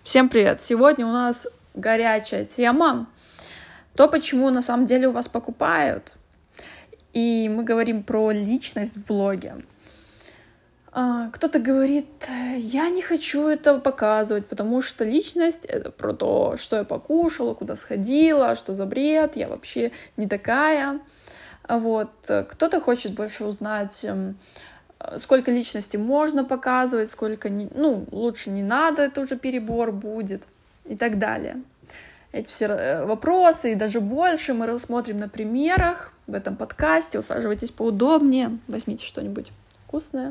Всем привет! Сегодня у нас горячая тема. То, почему на самом деле у вас покупают. И мы говорим про личность в блоге. Кто-то говорит, я не хочу этого показывать, потому что личность — это про то, что я покушала, куда сходила, что за бред, я вообще не такая. Вот. Кто-то хочет больше узнать, сколько личности можно показывать, сколько лучше не надо, это уже перебор будет и так далее. Эти все вопросы и даже больше мы рассмотрим на примерах в этом подкасте. Усаживайтесь поудобнее, возьмите что-нибудь вкусное.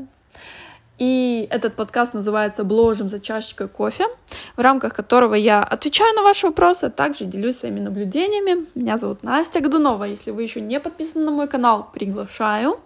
И этот подкаст называется «Бложим за чашечкой кофе», в рамках которого я отвечаю на ваши вопросы, а также делюсь своими наблюдениями. Меня зовут Настя Годунова. Если вы еще не подписаны на мой канал, приглашаю.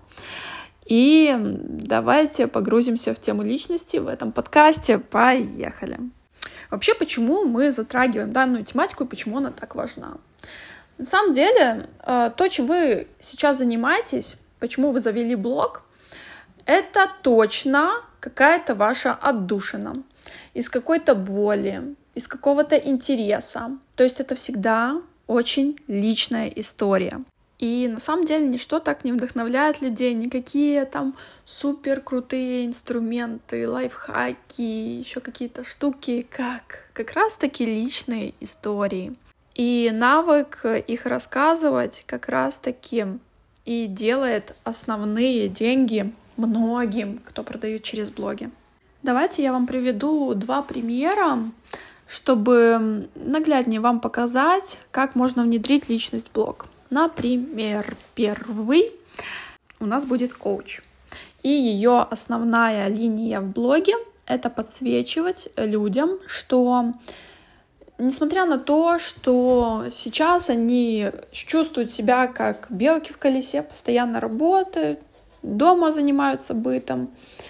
И давайте погрузимся в тему личности в этом подкасте. Поехали! Вообще, почему мы затрагиваем данную тематику и почему она так важна? На самом деле, то, чем вы сейчас занимаетесь, почему вы завели блог, это точно какая-то ваша отдушина из какой-то боли, из какого-то интереса. То есть это всегда очень личная история. И на самом деле ничто так не вдохновляет людей, никакие там супер крутые инструменты, лайфхаки, еще какие-то штуки, как раз-таки личные истории. И навык их рассказывать как раз-таки и делает основные деньги многим, кто продает через блоги. Давайте я вам приведу 2 примера, чтобы нагляднее вам показать, как можно внедрить личность в блог. Например, первый у нас будет коуч. И ее основная линия в блоге — это подсвечивать людям, что несмотря на то, что сейчас они чувствуют себя как белки в колесе, постоянно работают, дома занимаются бытом,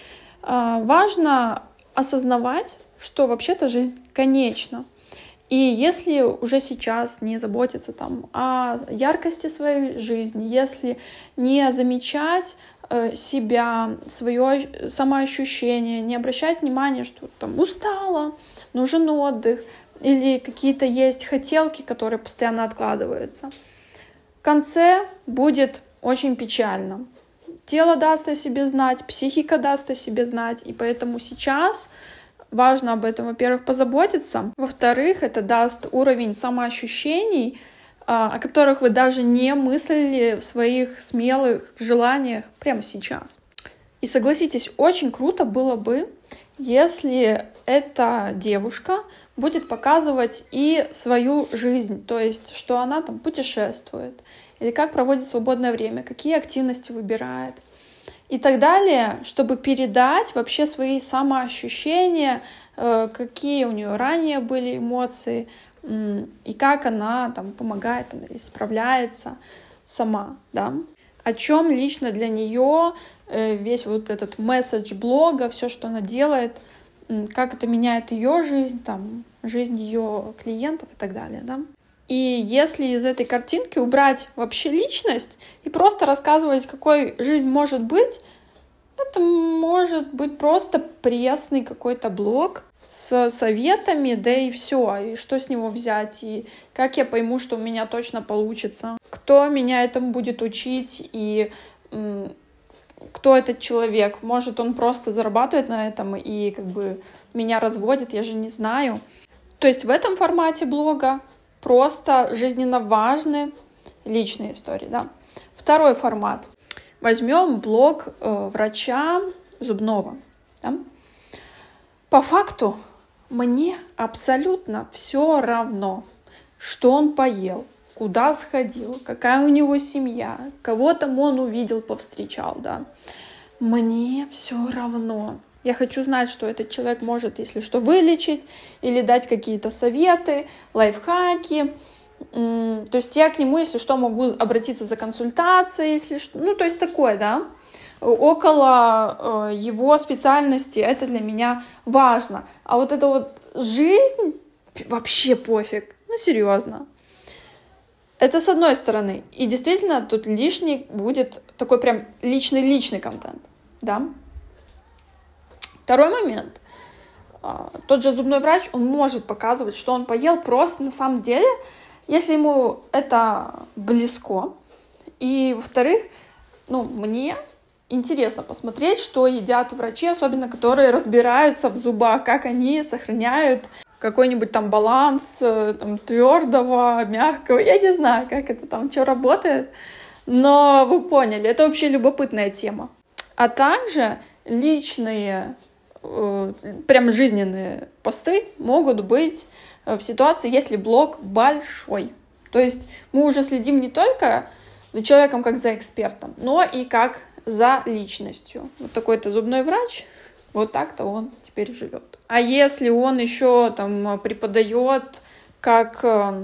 важно осознавать, что вообще-то жизнь конечна. И если уже сейчас не заботиться о яркости своей жизни, если не замечать себя, свое самоощущение, не обращать внимания, что устала, нужен отдых, или какие-то есть хотелки, которые постоянно откладываются, в конце будет очень печально. Тело даст о себе знать, психика даст о себе знать, и поэтому сейчас важно об этом, во-первых, позаботиться. Во-вторых, это даст уровень самоощущений, о которых вы даже не мыслили в своих смелых желаниях прямо сейчас. И согласитесь, очень круто было бы, если эта девушка будет показывать и свою жизнь, то есть, что она путешествует, или как проводит свободное время, какие активности выбирает и так далее, чтобы передать вообще свои самоощущения, какие у нее ранее были эмоции, и как она помогает или справляется сама, да. О чем лично для нее весь вот этот месседж блога, все, что она делает, как это меняет ее жизнь, жизнь ее клиентов и так далее, да. И если из этой картинки убрать вообще личность и просто рассказывать, какой жизнь может быть, это может быть просто пресный какой-то блог с советами, да и все, и что с него взять, и как я пойму, что у меня точно получится, кто меня этому будет учить, и кто этот человек, может он просто зарабатывает на этом и меня разводит, я же не знаю. То есть в этом формате блога просто жизненно важные личные истории, да. Второй формат. Возьмем блог врача зубного. Да? По факту мне абсолютно все равно, что он поел, куда сходил, какая у него семья, кого там он увидел, повстречал, да. Мне все равно. Я хочу знать, что этот человек может, если что, вылечить или дать какие-то советы, лайфхаки. То есть я к нему, если что, могу обратиться за консультацией, если что. То есть такое, да. Около его специальности это для меня важно. А вот эта вот жизнь вообще пофиг. Серьезно. Это с одной стороны. И действительно тут лишний будет такой прям личный контент, да. Второй момент. тот же зубной врач, он может показывать, что он поел, просто на самом деле, если ему это близко. И, во-вторых, мне интересно посмотреть, что едят врачи, особенно которые разбираются в зубах, как они сохраняют какой-нибудь там баланс твердого, мягкого. Я не знаю, как это там, что работает, но вы поняли, это вообще любопытная тема. А также личные, прям жизненные посты могут быть в ситуации, если блог большой. То есть мы уже следим не только за человеком как за экспертом, но и как за личностью. Вот такой-то зубной врач, вот так-то он теперь живет. А если он еще там преподает как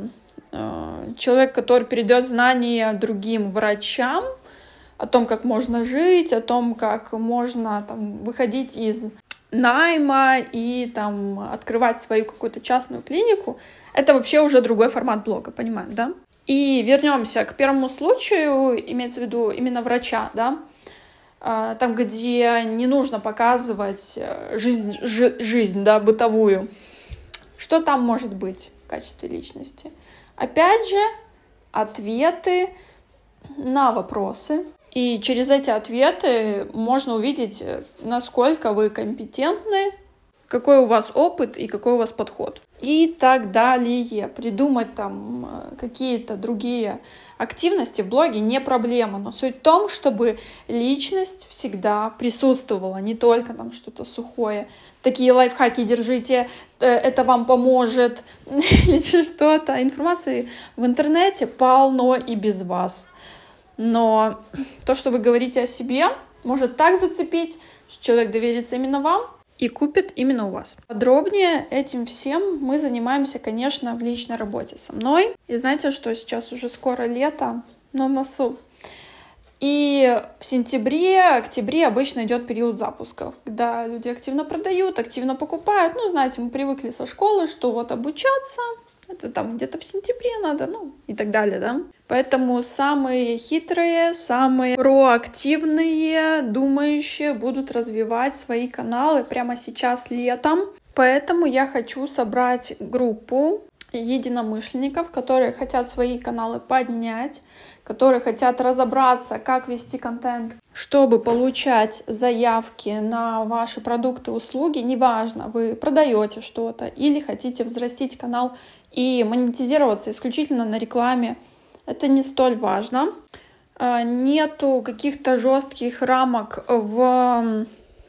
человек, который передает знания другим врачам о том, как можно жить, о том, как можно там выходить из найма и там открывать свою какую-то частную клинику, это вообще уже другой формат блога, понимаем, да? И вернемся к первому случаю, имеется в виду именно врача, да? Там, где не нужно показывать жизнь, да, бытовую. Что там может быть в качестве личности? Опять же, ответы на вопросы. И через эти ответы можно увидеть, насколько вы компетентны, какой у вас опыт и какой у вас подход. И так далее. Придумать там какие-то другие активности в блоге не проблема, но суть в том, чтобы личность всегда присутствовала, не только там что-то сухое. Такие лайфхаки держите, это вам поможет, или что-то. Информации в интернете полно и без вас. Но то, что вы говорите о себе, может так зацепить, что человек доверится именно вам и купит именно у вас. Подробнее этим всем мы занимаемся, конечно, в личной работе со мной. И знаете, что сейчас уже скоро лето на носу. И в сентябре, октябре обычно идет период запусков, когда люди активно продают, активно покупают. Знаете, мы привыкли со школы, что вот обучаться, это там где-то в сентябре надо, и так далее, да. Поэтому самые хитрые, самые проактивные, думающие будут развивать свои каналы прямо сейчас летом. Поэтому я хочу собрать группу единомышленников, которые хотят свои каналы поднять, которые хотят разобраться, как вести контент, чтобы получать заявки на ваши продукты, услуги. Неважно, вы продаете что-то или хотите взрастить канал и монетизироваться исключительно на рекламе. Это не столь важно. Нету каких-то жестких рамок в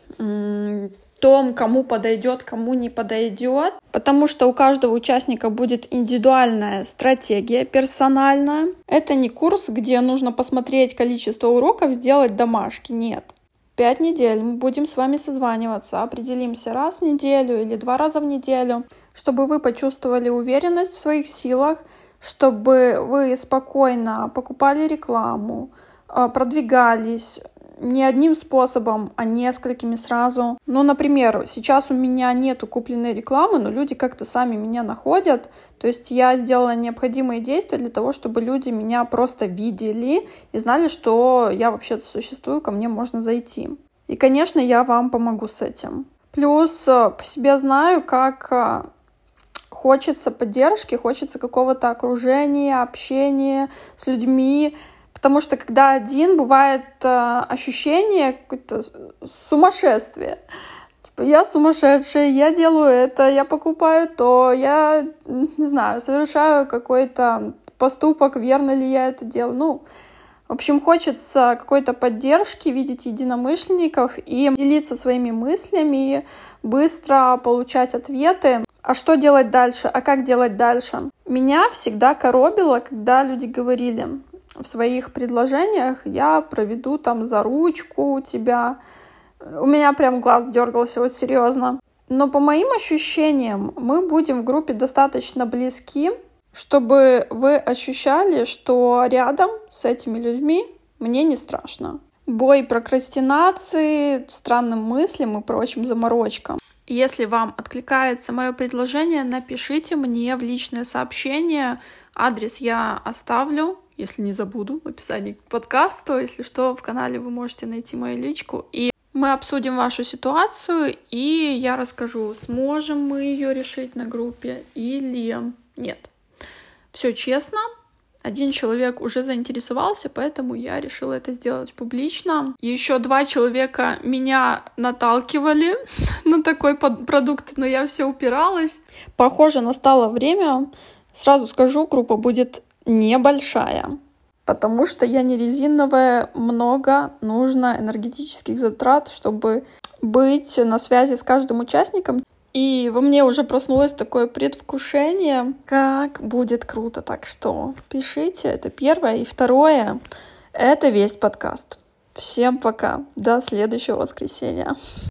том, кому подойдет, кому не подойдет, потому что у каждого участника будет индивидуальная стратегия, персональная. Это не курс, где нужно посмотреть количество уроков, сделать домашки. Нет. 5 недель мы будем с вами созваниваться, определимся раз в неделю или 2 раза в неделю, чтобы вы почувствовали уверенность в своих силах, чтобы вы спокойно покупали рекламу, продвигались не одним способом, а несколькими сразу. Например, сейчас у меня нету купленной рекламы, но люди как-то сами меня находят. То есть я сделала необходимые действия для того, чтобы люди меня просто видели и знали, что я вообще-то существую, ко мне можно зайти. И, конечно, я вам помогу с этим. Плюс по себе знаю, как хочется поддержки, хочется какого-то окружения, общения с людьми. Потому что когда один, бывает ощущение какое-то сумасшествия. Типа, я сумасшедшая, я делаю это, я покупаю то, я, не знаю, совершаю какой-то поступок, верно ли я это делаю. В общем, хочется какой-то поддержки, видеть единомышленников и делиться своими мыслями, быстро получать ответы. А что делать дальше? А как делать дальше? Меня всегда коробило, когда люди говорили в своих предложениях: я проведу там за ручку тебя. У меня прям глаз дергался, вот серьезно. Но по моим ощущениям, мы будем в группе достаточно близки, чтобы вы ощущали, что рядом с этими людьми мне не страшно. Бой прокрастинации, странным мыслям и прочим заморочкам. Если вам откликается мое предложение, напишите мне в личное сообщение. Адрес я оставлю, если не забуду, в описании к подкасту. Если что, в канале вы можете найти мою личку. И Мы обсудим вашу ситуацию, и я расскажу, сможем мы ее решить на группе или нет. Все честно. Один человек уже заинтересовался, поэтому я решила это сделать публично. Еще 2 человека меня наталкивали на такой продукт, но я все упиралась. Похоже, настало время. Сразу скажу, группа будет небольшая, потому что я не резиновая, много нужно энергетических затрат, чтобы быть на связи с каждым участником. И во мне уже проснулось такое предвкушение, как будет круто. Так что пишите, это первое. И второе, это весь подкаст. Всем пока, до следующего воскресенья.